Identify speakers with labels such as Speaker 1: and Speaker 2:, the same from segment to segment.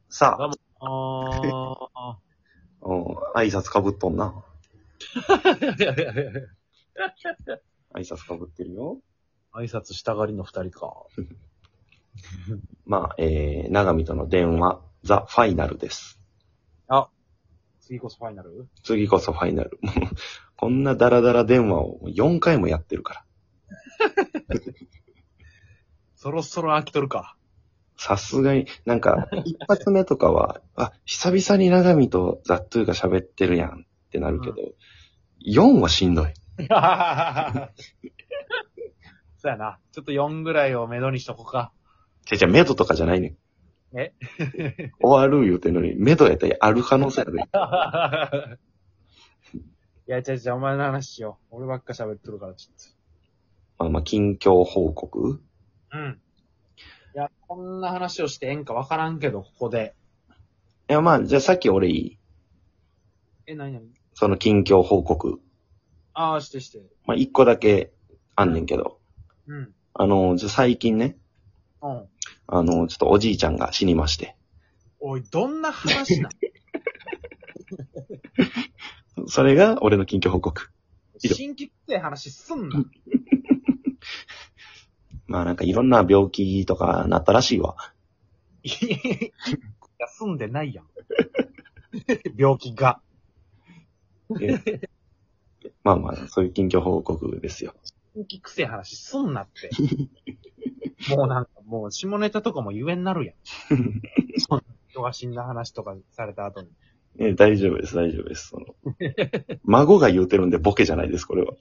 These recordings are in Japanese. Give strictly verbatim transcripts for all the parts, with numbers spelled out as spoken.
Speaker 1: さ
Speaker 2: どうも。あ
Speaker 1: あ、うん、挨拶かぶっとんな。
Speaker 2: ー。
Speaker 1: 挨拶かぶってるよ。
Speaker 2: 挨拶したがりの二人か。
Speaker 1: まあ、えー、長見との電話、ザ・ファイナルです。
Speaker 2: あ、次こそファイナル？
Speaker 1: 次こそファイナル。もうこんなダラダラ電話をよんかいもやってるから。
Speaker 2: そろそろ飽きとるか。
Speaker 1: さすがに、なんか、一発目とかは、あ、久々に長見とザ・トゥーが喋ってるやんってなるけど、うん、よんはしんどい。
Speaker 2: そうやな。ちょっとよんぐらいをメドにしとこうか。
Speaker 1: じゃじゃメドとかじゃないねん。
Speaker 2: え
Speaker 1: 終わる言うてんのに、メドやったらある可能性ある。
Speaker 2: いや、違う違う、お前の話しよう。俺ばっか喋ってるから、ちょっ
Speaker 1: と。まあまあ、近況報告？
Speaker 2: うん。いや、こんな話をしてええんかわからんけど、ここで。
Speaker 1: いや、まあ、じゃあさっき俺いい？
Speaker 2: え、なになに？そ
Speaker 1: の近況報告。
Speaker 2: ああ、してして。
Speaker 1: まあ、一個だけあんねんけど。
Speaker 2: うん。
Speaker 1: あの、じゃ最近ね。
Speaker 2: うん。
Speaker 1: あの、ちょっとおじいちゃんが死にまして。
Speaker 2: おい、どんな話な
Speaker 1: のそれが俺の近況報告。
Speaker 2: 新規って話すんな。
Speaker 1: まあなんかいろんな病気とかなったらしいわ。
Speaker 2: いや、休んでないやん。病気が。
Speaker 1: まあまあ、そういう近況報告ですよ。
Speaker 2: 新規くせえ話すんなって。もうなんか、もう下ネタとかも言えんなるやん。そんな人が死んだ話とかされた後に。
Speaker 1: え、大丈夫です、大丈夫です。その孫が言うてるんでボケじゃないです、これは。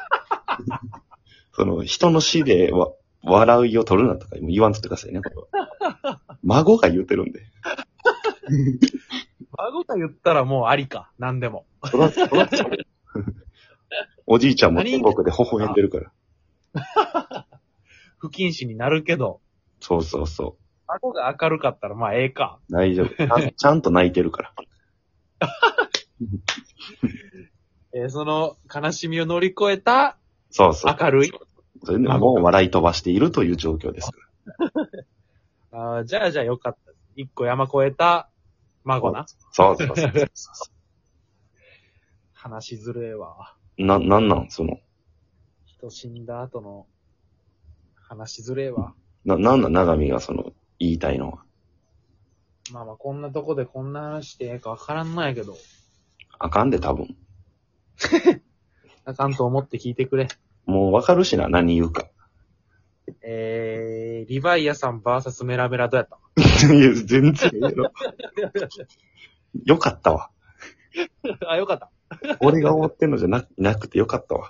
Speaker 1: その、人の死でわ笑いを取るなとか言わんとってくださいね、これは。孫が言うてるんで。
Speaker 2: 孫が言ったらもうありか、なんでも。
Speaker 1: そらそらおじいちゃんも天国で微笑んでるから。
Speaker 2: 不謹慎になるけど。
Speaker 1: そうそうそう。
Speaker 2: 孫が明るかったらまあええか。
Speaker 1: 大丈夫。ちゃん、ちゃんと泣いてるから。
Speaker 2: えー、その悲しみを乗り越えた、
Speaker 1: そうそう。
Speaker 2: 明るい。
Speaker 1: それでもう笑い飛ばしているという状況ですから。
Speaker 2: あじゃあじゃあよかった。一個山越えた孫な。
Speaker 1: そうそうそうそうそう。
Speaker 2: 話しづれえわ。
Speaker 1: な、なんなんその。
Speaker 2: 人死んだ後の話しづれえわ。
Speaker 1: な、なんなん長見がその、言いたいのは。
Speaker 2: まあまあこんなとこでこんな話してええかわからんのやけど。
Speaker 1: あかんで多分。
Speaker 2: あかんと思って聞いてくれ。も
Speaker 1: うわかるしな、何言うか。
Speaker 2: えー、リヴァイアさん ブイエス メラメラどうやった
Speaker 1: いや、全然ええの。よかったわ。
Speaker 2: あ、よかった。
Speaker 1: 俺が思ってんのじゃな、なくてよかったわ。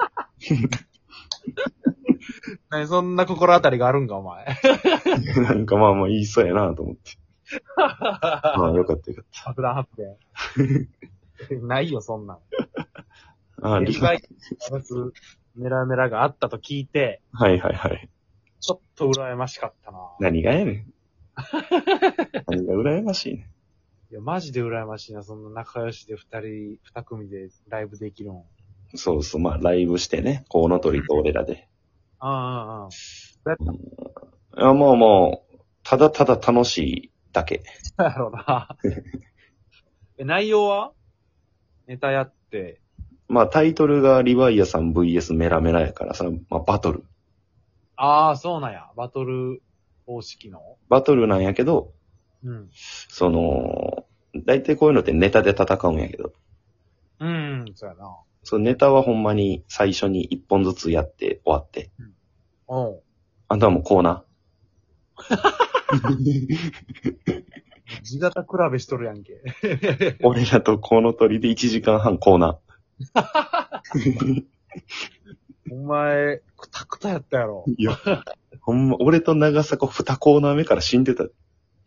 Speaker 2: 何そんな心当たりがあるんか、お前。
Speaker 1: なんかまあまあ言いそうやなと思って。まあよかったよかった。
Speaker 2: 爆弾発言。ないよ、そんなん。
Speaker 1: ああ、
Speaker 2: リヴァイアスメラメラがあったと聞いて。
Speaker 1: はいはいはい。
Speaker 2: ちょっと羨ましかったな。
Speaker 1: 何がやねん。何が羨ましいね
Speaker 2: ん。いや、マジで羨ましいな。そんな仲良しで二人、二組でライブできるん。
Speaker 1: そうそう、まあライブしてね、コウノトリと俺らで。
Speaker 2: ああ、ああ。
Speaker 1: いや、もうもう、ただただ楽しいだけ。
Speaker 2: そうやろうな。え、内容はネタやって。
Speaker 1: まあタイトルがリヴァイアさん ブイエス メラメラやからさ、まあバトル。
Speaker 2: ああ、そうなんや。バトル方式の
Speaker 1: バトルなんやけど、
Speaker 2: うん。
Speaker 1: その、大体こういうのってネタで戦うんやけど。
Speaker 2: うん、そうやな。
Speaker 1: そのネタはほんまに最初に一本ずつやって終わって。うん、
Speaker 2: おう。
Speaker 1: あとはもうコーナ
Speaker 2: ー。地形比べしとるやんけ。
Speaker 1: 俺らとコウノトリでいちじかんはんコーナー。
Speaker 2: お前、くたくたやったやろ。
Speaker 1: いや、ほんま、俺と長坂二コーナー目から死んでた。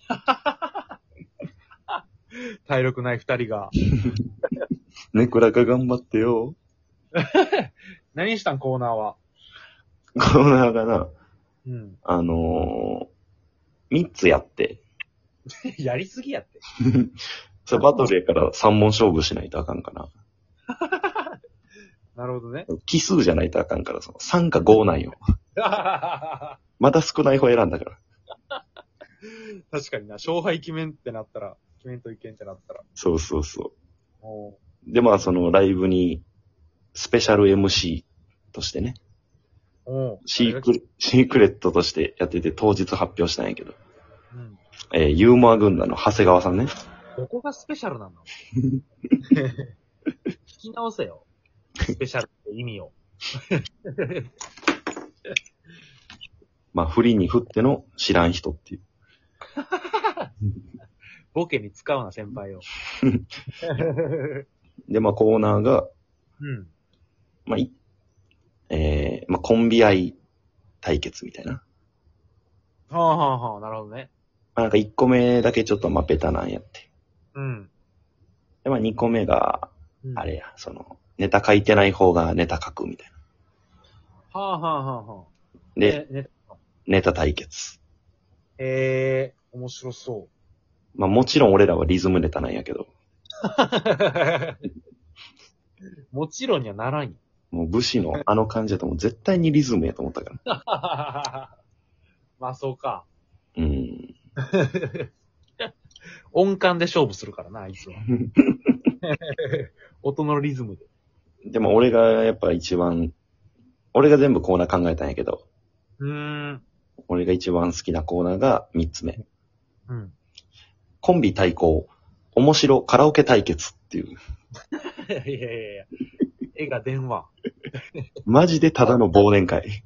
Speaker 2: 体力ない二人が。
Speaker 1: ネクラが頑張ってよ。
Speaker 2: 何したんコーナーは。
Speaker 1: コーナーがな、
Speaker 2: うん、
Speaker 1: あのー、三つやって。
Speaker 2: やりすぎやって。
Speaker 1: それバトルやから三問勝負しないとあかんかな。
Speaker 2: なるほどね。
Speaker 1: 奇数じゃないとあかんから、そのさんかごなんよ。また少ない方選んだから。
Speaker 2: 確かにな、勝敗決めんってなったら、決めんといけんってなったら。
Speaker 1: そうそうそ
Speaker 2: おう。
Speaker 1: う。で、まあそのライブに、スペシャル エムシー としてね、
Speaker 2: おう。
Speaker 1: シークレ、シークレットとしてやってて当日発表したんやけど、
Speaker 2: うん。
Speaker 1: えーユーモア軍団の長谷川さんね。
Speaker 2: どこがスペシャルなの聞き直せよ。スペシャルって意味を。
Speaker 1: まあ振りに振っての知らん人っていう。
Speaker 2: ボケに使うな、先輩を。
Speaker 1: で、まあコーナーが、
Speaker 2: うん。
Speaker 1: まあい、えー、まあコンビ愛対決みたいな。
Speaker 2: はあはあはあ、なるほどね。
Speaker 1: まあなんかいっこめだけちょっとまあベタなんやって。
Speaker 2: うん。
Speaker 1: で、まあにこめが、
Speaker 2: うん
Speaker 1: あれや、その、ネタ書いてない方がネタ書くみたいな。
Speaker 2: はあはあはあはあ。
Speaker 1: で、
Speaker 2: ね、ね、
Speaker 1: ネタ対決。
Speaker 2: ええー、面白そ
Speaker 1: まあもちろん俺らはリズムネタなんやけど、
Speaker 2: う。もちろんにはならんよ。
Speaker 1: もう武士のあの感じだともう絶対にリズムやと思ったから。
Speaker 2: まあそうか。
Speaker 1: うん。
Speaker 2: 音感で勝負するからな、あいつは。音のリズムで。
Speaker 1: でも俺がやっぱ一番、俺が全部コーナー考えたんやけど、
Speaker 2: うーん。
Speaker 1: 俺が一番好きなコーナーがみっつめ。
Speaker 2: うん。
Speaker 1: コンビ対抗、面白カラオケ対決っていう。
Speaker 2: いやいやいや絵が電話。
Speaker 1: マジでただの忘年会。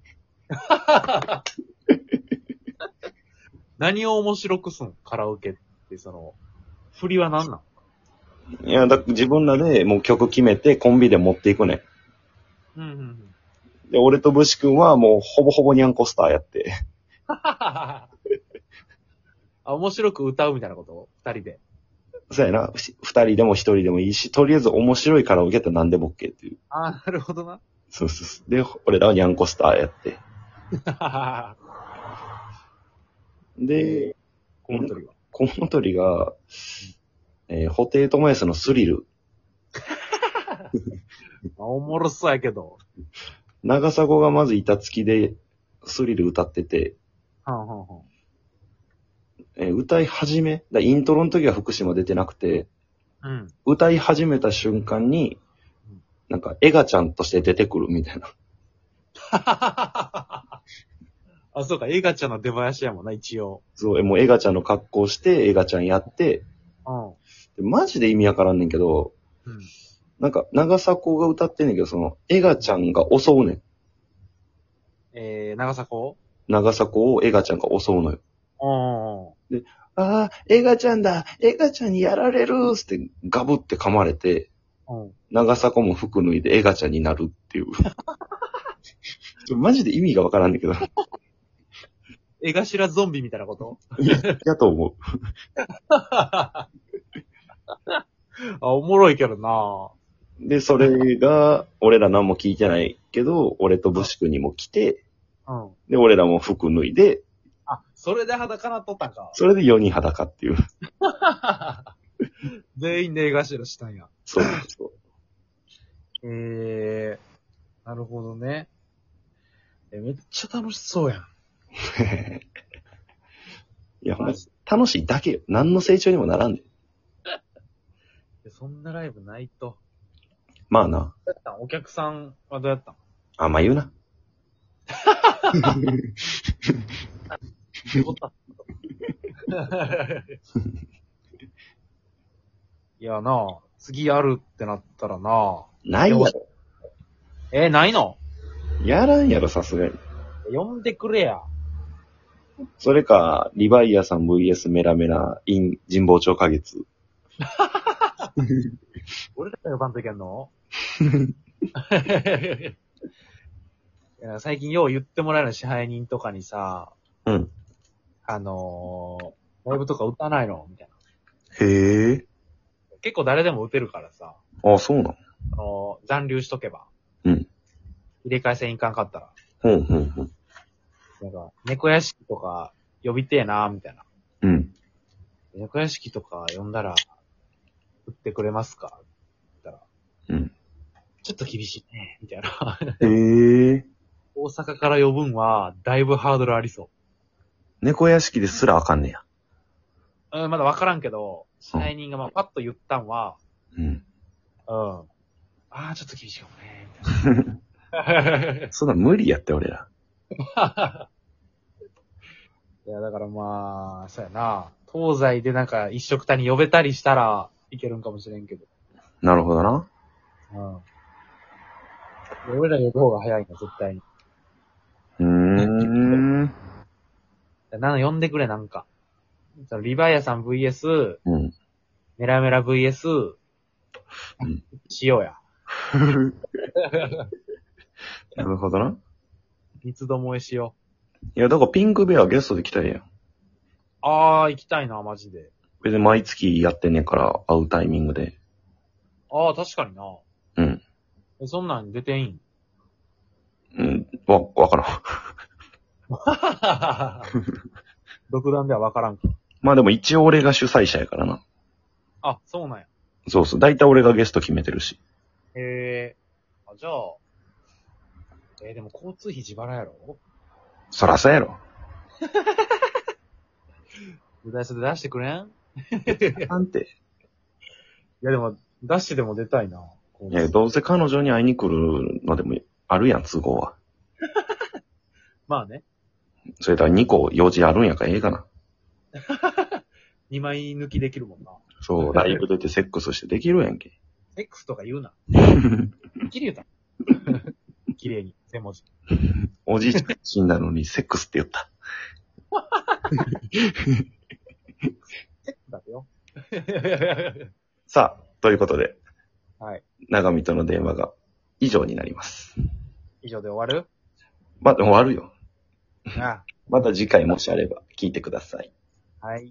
Speaker 2: 何を面白くすんカラオケって、その、振りは何なん
Speaker 1: いや、だ自分らでもう曲決めてコンビで持っていくね。
Speaker 2: うんうんうん。
Speaker 1: で、俺とブシ君はもうほぼほぼニャンコスターやって。
Speaker 2: あ、面白く歌うみたいなこと二人で。
Speaker 1: そうやな。ふ二人でも一人でもいいし、とりあえず面白いカラオケって何でも OK っていう。
Speaker 2: ああ、なるほどな。
Speaker 1: そうそうそう。で、俺らはニャンコスターやって。で、
Speaker 2: コウノトリは。
Speaker 1: コウノトリが、えー、布袋寅泰のスリル。
Speaker 2: あおもろそうやけど。
Speaker 1: 長砂がまず板付きでスリル歌ってて、
Speaker 2: はんはんはん。
Speaker 1: えー歌い始め、だイントロの時は福島出てなくて、
Speaker 2: うん。
Speaker 1: 歌い始めた瞬間に、なんか、エガちゃんとして出てくるみたいな。
Speaker 2: あ、そうか、エガちゃんの出囃子やもんな、一応。
Speaker 1: そう、えもうエガちゃんの格好して、エガちゃんやって、
Speaker 2: うん。
Speaker 1: でマジで意味わからんねんけど、
Speaker 2: うん。
Speaker 1: なんか、長迫が歌ってんねんけど、その、エガちゃんが襲うねん。
Speaker 2: えー、長迫
Speaker 1: 長迫をエガちゃんが襲うのよ。
Speaker 2: うん。
Speaker 1: ああ、エガちゃんだエガちゃんにやられるーってガブって噛まれて、
Speaker 2: うん。
Speaker 1: 長迫も服脱いでエガちゃんになるっていう。ちょマジで意味がわからんねんけど。
Speaker 2: 絵頭ゾンビみたいなこと
Speaker 1: やと思う。
Speaker 2: あ、おもろいけどな
Speaker 1: で、それが、俺ら何も聞いてないけど、俺とブシ君にも来て、
Speaker 2: うん。
Speaker 1: で、俺らも服脱いで、
Speaker 2: あ、それで裸なっとったんか。
Speaker 1: それでよにん裸っていう。
Speaker 2: 全員で絵頭したんや。
Speaker 1: そうそう。
Speaker 2: えー、なるほどね。え、めっちゃ楽しそうやん。
Speaker 1: いや、ほんま楽しいだけよ。何の成長にもならんで。
Speaker 2: そんなライブないと。
Speaker 1: まあな。
Speaker 2: どうやったんお客さんはどうやったん
Speaker 1: あんま言うな。
Speaker 2: いやなあ、次やるってなったらな
Speaker 1: ないやろ。
Speaker 2: えー、ないの
Speaker 1: やらんやろ、さすがに。
Speaker 2: 呼んでくれや。
Speaker 1: それか、リヴァイアさん ブイエス メラメラ in 神保町花月。
Speaker 2: 俺らが呼ばんといけんのいや最近よう言ってもらえる支配人とかにさ、
Speaker 1: うん。
Speaker 2: あのー、ライブとか歌わないのみたい
Speaker 1: へ
Speaker 2: な。
Speaker 1: え。
Speaker 2: 結構誰でも打てるからさ、
Speaker 1: あ、そうなの
Speaker 2: あのー残留しとけば。
Speaker 1: うん。
Speaker 2: 入れ替え戦いかんかったら。
Speaker 1: ほんほんほん。
Speaker 2: なんか、猫屋敷とか呼びてえなみたいな。
Speaker 1: うん。
Speaker 2: 猫屋敷とか呼んだら、打ってくれますかって言ったら、
Speaker 1: うん。
Speaker 2: ちょっと厳しいね、みたいな。
Speaker 1: へえ。
Speaker 2: 大阪から呼ぶんは、だいぶハードルありそ
Speaker 1: 猫屋敷ですらあかんねや。
Speaker 2: うん、まだわからんけど、支配人がまあパッと言ったんは、
Speaker 1: うん。
Speaker 2: うん。ああ、ちょっと厳しいかもね、みたいな。
Speaker 1: そんな無理やって、俺ら。
Speaker 2: いや、だからまあ、そうやな。東西でなんか一緒くたに呼べたりしたらいけるんかもしれんけど。
Speaker 1: なるほどな。
Speaker 2: うん。俺ら呼ぶ方が早いな、絶対に。
Speaker 1: うーん。
Speaker 2: なの呼んでくれ、なんか。そのリバイアさん ブイエス、
Speaker 1: うん。
Speaker 2: メラメラ ブイエス、
Speaker 1: ん
Speaker 2: 塩や。
Speaker 1: なるほどな。
Speaker 2: 三つどもえしよ
Speaker 1: いや、だからピンクベアゲストで来たらええやん。
Speaker 2: う。あー、行きたいな、マジで。
Speaker 1: 別に毎月やってんねんから、会うタイミングで。
Speaker 2: あー、確かにな。
Speaker 1: うん。
Speaker 2: え、そんなん出ていいん
Speaker 1: うん。わ、わからん。
Speaker 2: 独断ではわからんか。
Speaker 1: まあでも一応俺が主催者やからな。
Speaker 2: あ、そうなんや。
Speaker 1: そうそう。だいたい俺がゲスト決めてるし。
Speaker 2: へえ。あ、じゃあ。えーでも交通費自腹やろ
Speaker 1: そらそうやろ。
Speaker 2: 舞台袖出してくれん
Speaker 1: なんて。
Speaker 2: いやでも、出してでも出たいな。
Speaker 1: いや、どうせ彼女に会いに来るのでもあるやん、都合は。
Speaker 2: まあね。
Speaker 1: それからにこ用事あるんやからええかな。
Speaker 2: にまい抜きできるもんな。
Speaker 1: そう、ライブ出てセックスしてできるやんけ。
Speaker 2: セックスとか言うな。きり言うた。綺麗に、全文字。
Speaker 1: おじいちゃん死んだのにセックスって言った。
Speaker 2: セックスだよ。
Speaker 1: さあ、ということで、
Speaker 2: はい。
Speaker 1: 長見との電話が以上になります。
Speaker 2: 以上で終わる
Speaker 1: まだ終わるよ。
Speaker 2: あ
Speaker 1: また次回もしあれば聞いてください。
Speaker 2: あはい。